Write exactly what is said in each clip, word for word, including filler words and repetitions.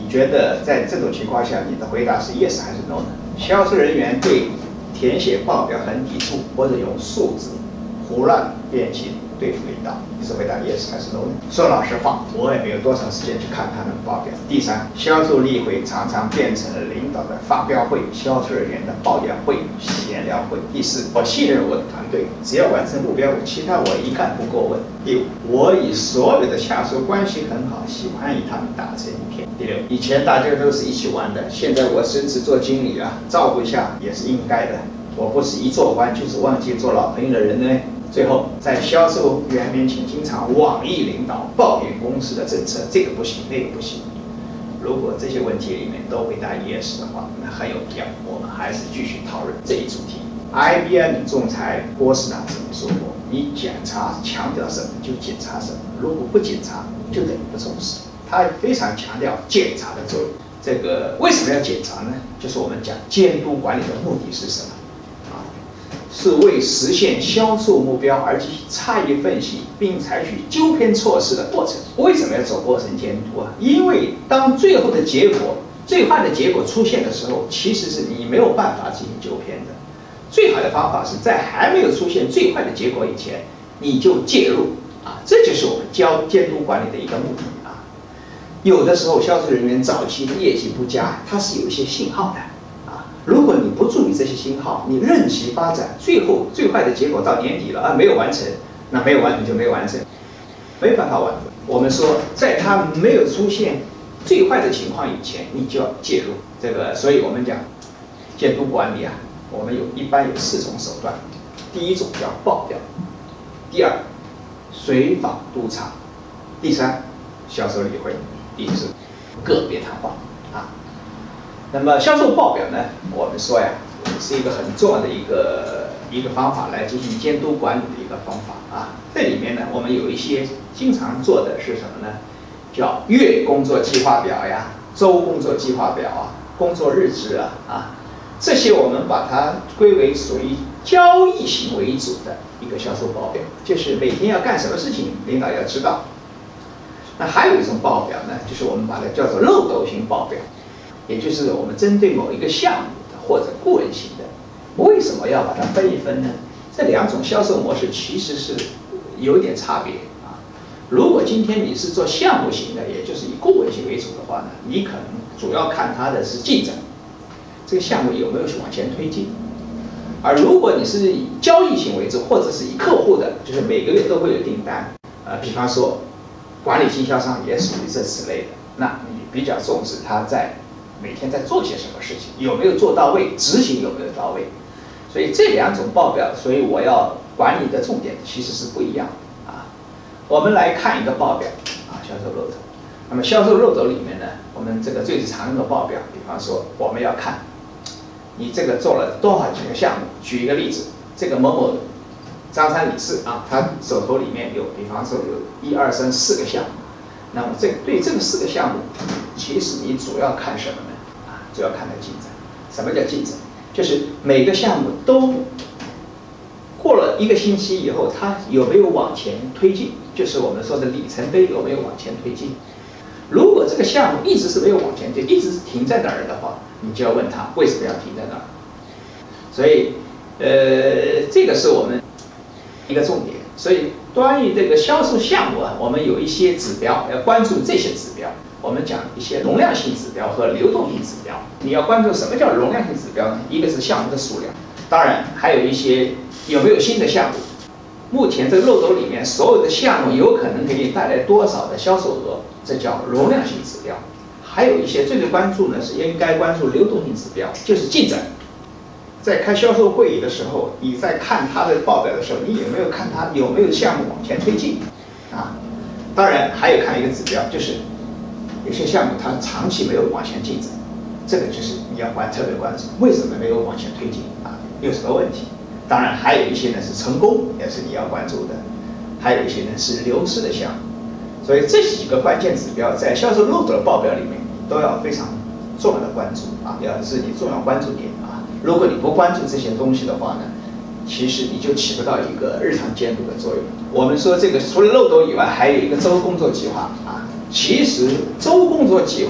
觉得在这种情况下，你的回答是 yes 还是 no 呢？销售人员对填写报表很抵触，或者用数字胡乱编辑对付领导，你是回答 yes 还是 no 呢？说老实话，我也没有多长时间去看他们的报表。第三，销售例会常常变成了领导的发表会、销售人员的抱怨会、闲聊会。第四，我信任我的团队，只要完成目标，其他我一概不过问。第五，我与所有的下属关系很好，喜欢与他们打成一片。第六，以前大家都是一起玩的，现在我升职做经理啊，照顾一下也是应该的。我不是一做官就是忘记做老朋友的人呢。最后，在销售员面前经常妄议领导、抱怨公司的政策，这个不行，那个不行。如果这些问题里面都回答 yes 的话，那很有必要，我们还是继续讨论这一主题。I B M 总裁波士纳曾经说过：“你检查强调什么就检查什么，如果不检查，就等于不重视。”他非常强调检查的作用。这个为什么要检查呢？就是我们讲监督管理的目的是什么？是为实现销售目标而进行差异分析，并采取纠偏措施的过程。为什么要做过程监督啊？因为当最后的结果、最坏的结果出现的时候，其实是你没有办法进行纠偏的。最好的方法是在还没有出现最坏的结果以前，你就介入啊，这就是我们教监督管理的一个目的啊。有的时候销售人员早期的业绩不佳，它是有一些信号的。如果你不注意这些信号，你任其发展，最后最坏的结果到年底了啊，没有完成，那没有完成就没有完成，没办法完成。我们说，在它没有出现最坏的情况以前，你就要介入。这个，所以我们讲监督管理啊，我们有一般有四种手段。第一种叫报表，第二随访督查，第三销售例会，第四个别谈话啊。那么销售报表呢，我们说呀，是一个很重要的一个一个方法来进行监督管理的一个方法啊。这里面呢，我们有一些经常做的是什么呢？叫月工作计划表呀、周工作计划表啊、工作日志啊啊，这些我们把它归为属于交易型为主的一个销售报表，就是每天要干什么事情，领导要知道。那还有一种报表呢，就是我们把它叫做漏斗型报表。也就是我们针对某一个项目的或者顾问型的，为什么要把它分一分呢？这两种销售模式其实是有一点差别啊。如果今天你是做项目型的，也就是以顾问型为主的话呢，你可能主要看它的是进展，这个项目有没有去往前推进。而如果你是以交易型为主，或者是以客户的，就是每个月都会有订单，呃，比方说管理经销商也属于这此类的，那你比较重视它在每天在做些什么事情，有没有做到位，执行有没有到位。所以这两种报表，所以我要管理的重点其实是不一样的啊。我们来看一个报表啊，销售漏斗。那么销售漏斗里面呢，我们这个最常用的报表，比方说我们要看你这个做了多少几个项目。举一个例子，这个某某张三李四啊，他手头里面有，比方说有一二三四个项目。那么这个对这个四个项目，其实你主要看什么呢？啊，主要看它进展。什么叫进展？就是每个项目都过了一个星期以后，它有没有往前推进？就是我们说的里程碑有没有往前推进？如果这个项目一直是没有往前推，一直是停在那儿的话，你就要问他为什么要停在那儿。所以，呃，这个是我们一个重点。所以关于这个销售项目啊，我们有一些指标要关注这些指标。我们讲一些容量性指标和流动性指标。你要关注什么叫容量性指标呢？一个是项目的数量，当然还有一些有没有新的项目。目前这个漏斗里面所有的项目有可能给你带来多少的销售额，这叫容量性指标。还有一些最最关注呢是应该关注流动性指标，就是进展。在开销售会议的时候，你在看他的报表的时候，你有没有看他有没有项目往前推进啊？当然还有看一个指标，就是有些项目它长期没有往前进展，这个就是你要关特别关注，为什么没有往前推进啊？有什么问题？当然还有一些呢是成功，也是你要关注的，还有一些呢是流失的项目。所以这几个关键指标在销售漏斗的报表里面都要非常重要的关注啊，要是你重要关注点啊。如果你不关注这些东西的话呢，其实你就起不到一个日常监督的作用。我们说这个除了漏斗以外，还有一个周工作计划啊。其实周工作计划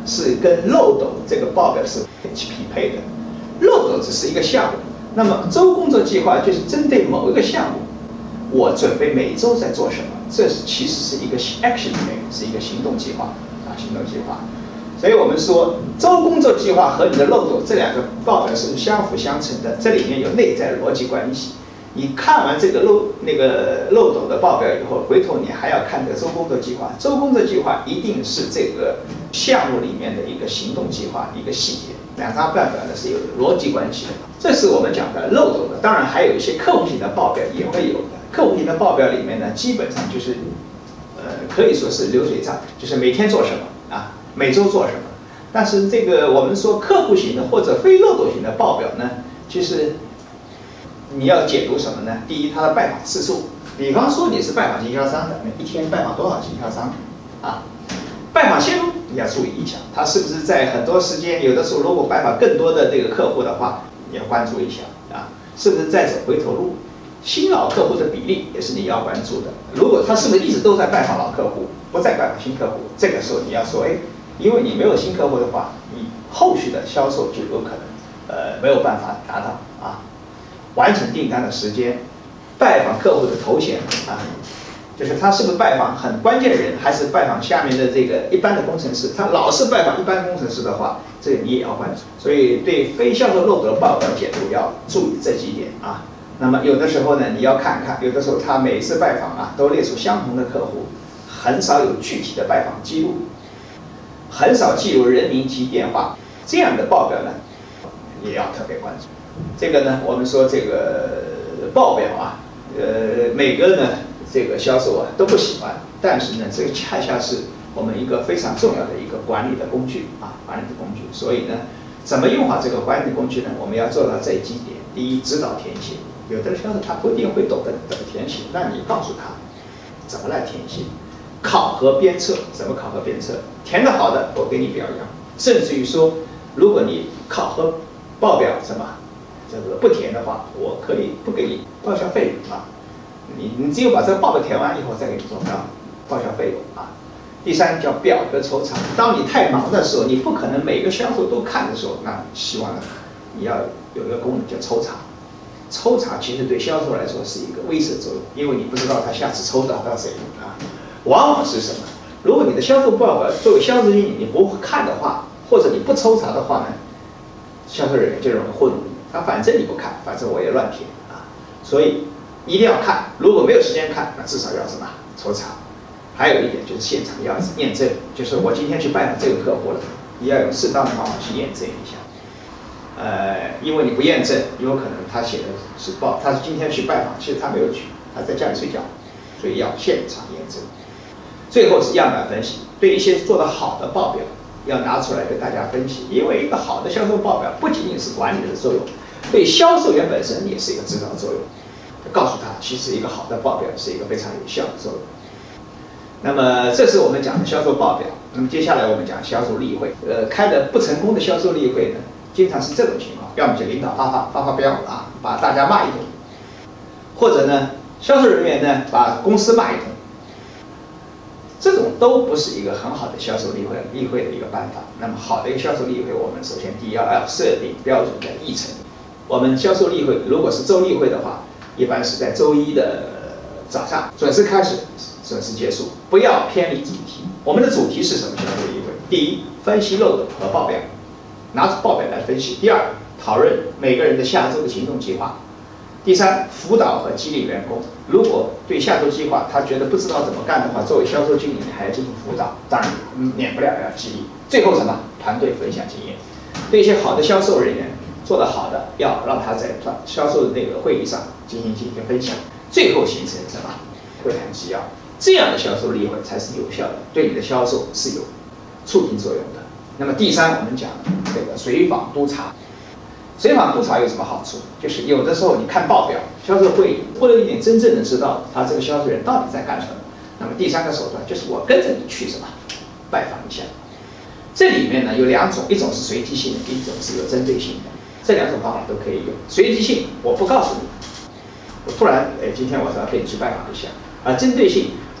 是跟漏斗这个报表是去匹配的。漏斗只是一个项目，那么周工作计划就是针对某一个项目，我准备每周在做什么，这是其实是一个 action plan， 是一个行动计划啊，行动计划。所以我们说，周工作计划和你的漏斗这两个报表是相辅相成的，这里面有内在逻辑关系。你看完这个漏那个漏斗的报表以后，回头你还要看这个周工作计划。周工作计划一定是这个项目里面的一个行动计划，一个细节。两张报表呢是有逻辑关系的，这是我们讲的漏斗的。当然还有一些客户型的报表也会有的。客户型的报表里面呢，基本上就是，呃，可以说是流水账，就是每天做什么啊，每周做什么。但是这个我们说客户型的或者非漏斗型的报表呢，其实你要解读什么呢？第一，它的拜访次数，比方说你是拜访经销商的，你一天拜访多少经销商啊？拜访线路你要注意一下，他是不是在很多时间，有的时候如果拜访更多的这个客户的话，你要关注一下啊，是不是在走回头路？新老客户的比例也是你要关注的。如果他是不是一直都在拜访老客户，不再拜访新客户，这个时候你要说，哎，因为你没有新客户的话，你后续的销售就有可能呃没有办法达到啊，完成订单的时间，拜访客户的头衔啊。就是他是不是拜访很关键的人，还是拜访下面的这个一般的工程师？他老是拜访一般工程师的话，这个你也要关注。所以对非销售漏斗的报表解读要注意这几点啊。那么有的时候呢，你要看看，有的时候他每次拜访啊，都列出相同的客户，很少有具体的拜访记录，很少记录人名及电话，这样的报表呢，也要特别关注。这个呢，我们说这个报表啊，呃，每个呢。这个销售啊都不喜欢，但是呢，这个恰恰是我们一个非常重要的一个管理的工具啊，管理的工具。所以呢，怎么用好这个管理工具呢？我们要做到这几点。第一，指导填写。有的销售他不一定会懂得怎么填写，那你告诉他怎么来填写。考核鞭策，怎么考核鞭策？填得好的，我给你表扬。甚至于说，如果你考核报表什么这个不填的话，我可以不给你报销费用啊。你你只有把这个报表填完以后，再给你做报报销费用啊。第三叫表格抽查，当你太忙的时候，你不可能每个销售都看的时候，那希望呢，你要有一个功能叫抽查。抽查其实对销售来说是一个威慑作用，因为你不知道他下次抽到到谁啊。往往是什么？如果你的销售报表作为销售经理你不看的话，或者你不抽查的话呢，销售人员就容易混入你。他反正你不看，反正我也乱填啊，所以。一定要看，如果没有时间看，那至少要什么抽查。还有一点就是现场要验证，就是我今天去拜访这个客户了，你要有适当的方法去验证一下。呃，因为你不验证，有可能他写的是报，他是今天去拜访，其实他没有去，他在家里睡觉，所以要现场验证。最后是样板分析，对一些做得好的报表要拿出来跟大家分析，因为一个好的销售报表不仅仅是管理的作用，对销售员本身也是一个指导作用。告诉他，其实一个好的报表是一个非常有效的作用。那么，这是我们讲的销售报表。那么接下来我们讲销售例会。呃，开的不成功的销售例会呢，经常是这种情况：要么就领导发发发发飙啊，把大家骂一通；或者呢，销售人员呢把公司骂一通。这种都不是一个很好的销售例会例会的一个办法。那么，好的一个销售例会，我们首先第一要要设定标准的议程。我们销售例会如果是周例会的话，一般是在周一的早上准时开始，准时结束，不要偏离主题。我们的主题是什么？销售例会，第一，分析漏斗和报表，拿出报表来分析；第二，讨论每个人的下周的行动计划；第三，辅导和激励员工。如果对下周计划他觉得不知道怎么干的话，作为销售经理还要进行辅导，当然免不了要激励。最后什么？团队分享经验。对一些好的销售人员做得好的，要让他在销售的那个会议上进行进行分享，最后形成什么会谈纪要，这样的销售例会才是有效的，对你的销售是有促进作用的。那么第三，我们讲这个随访督查。随访督查有什么好处？就是有的时候你看报表，销售会议不能一定真正的知道他这个销售员到底在干什么。那么第三个手段就是我跟着你去什么拜访一下。这里面呢有两种，一种是随机性的，一种是有针对性的。这两种方法都可以用。随机性，我不告诉你，我突然，哎，今天晚上可以去拜访一下。啊，针对性，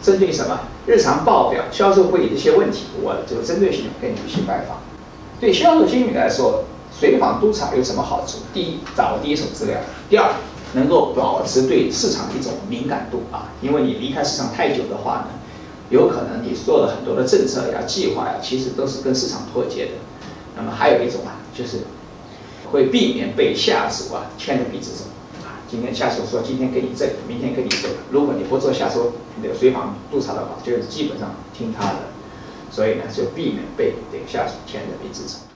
针对什么日常报表、销售会议的一些问题，我这个针对性跟你去拜访。对销售经理来说，随访督查有什么好处？第一，掌握第一手资料；第二，能够保持对市场的一种敏感度啊，因为你离开市场太久的话呢，有可能你做了很多的政策呀、计划呀，其实都是跟市场脱节的。那么还有一种啊，就是会避免被下属啊牵着鼻子走啊。今天下属说今天给你这个，明天给你这个，如果你不做下属那个随访督查的话，就基本上听他的，所以呢就避免被这个下属牵着鼻子走。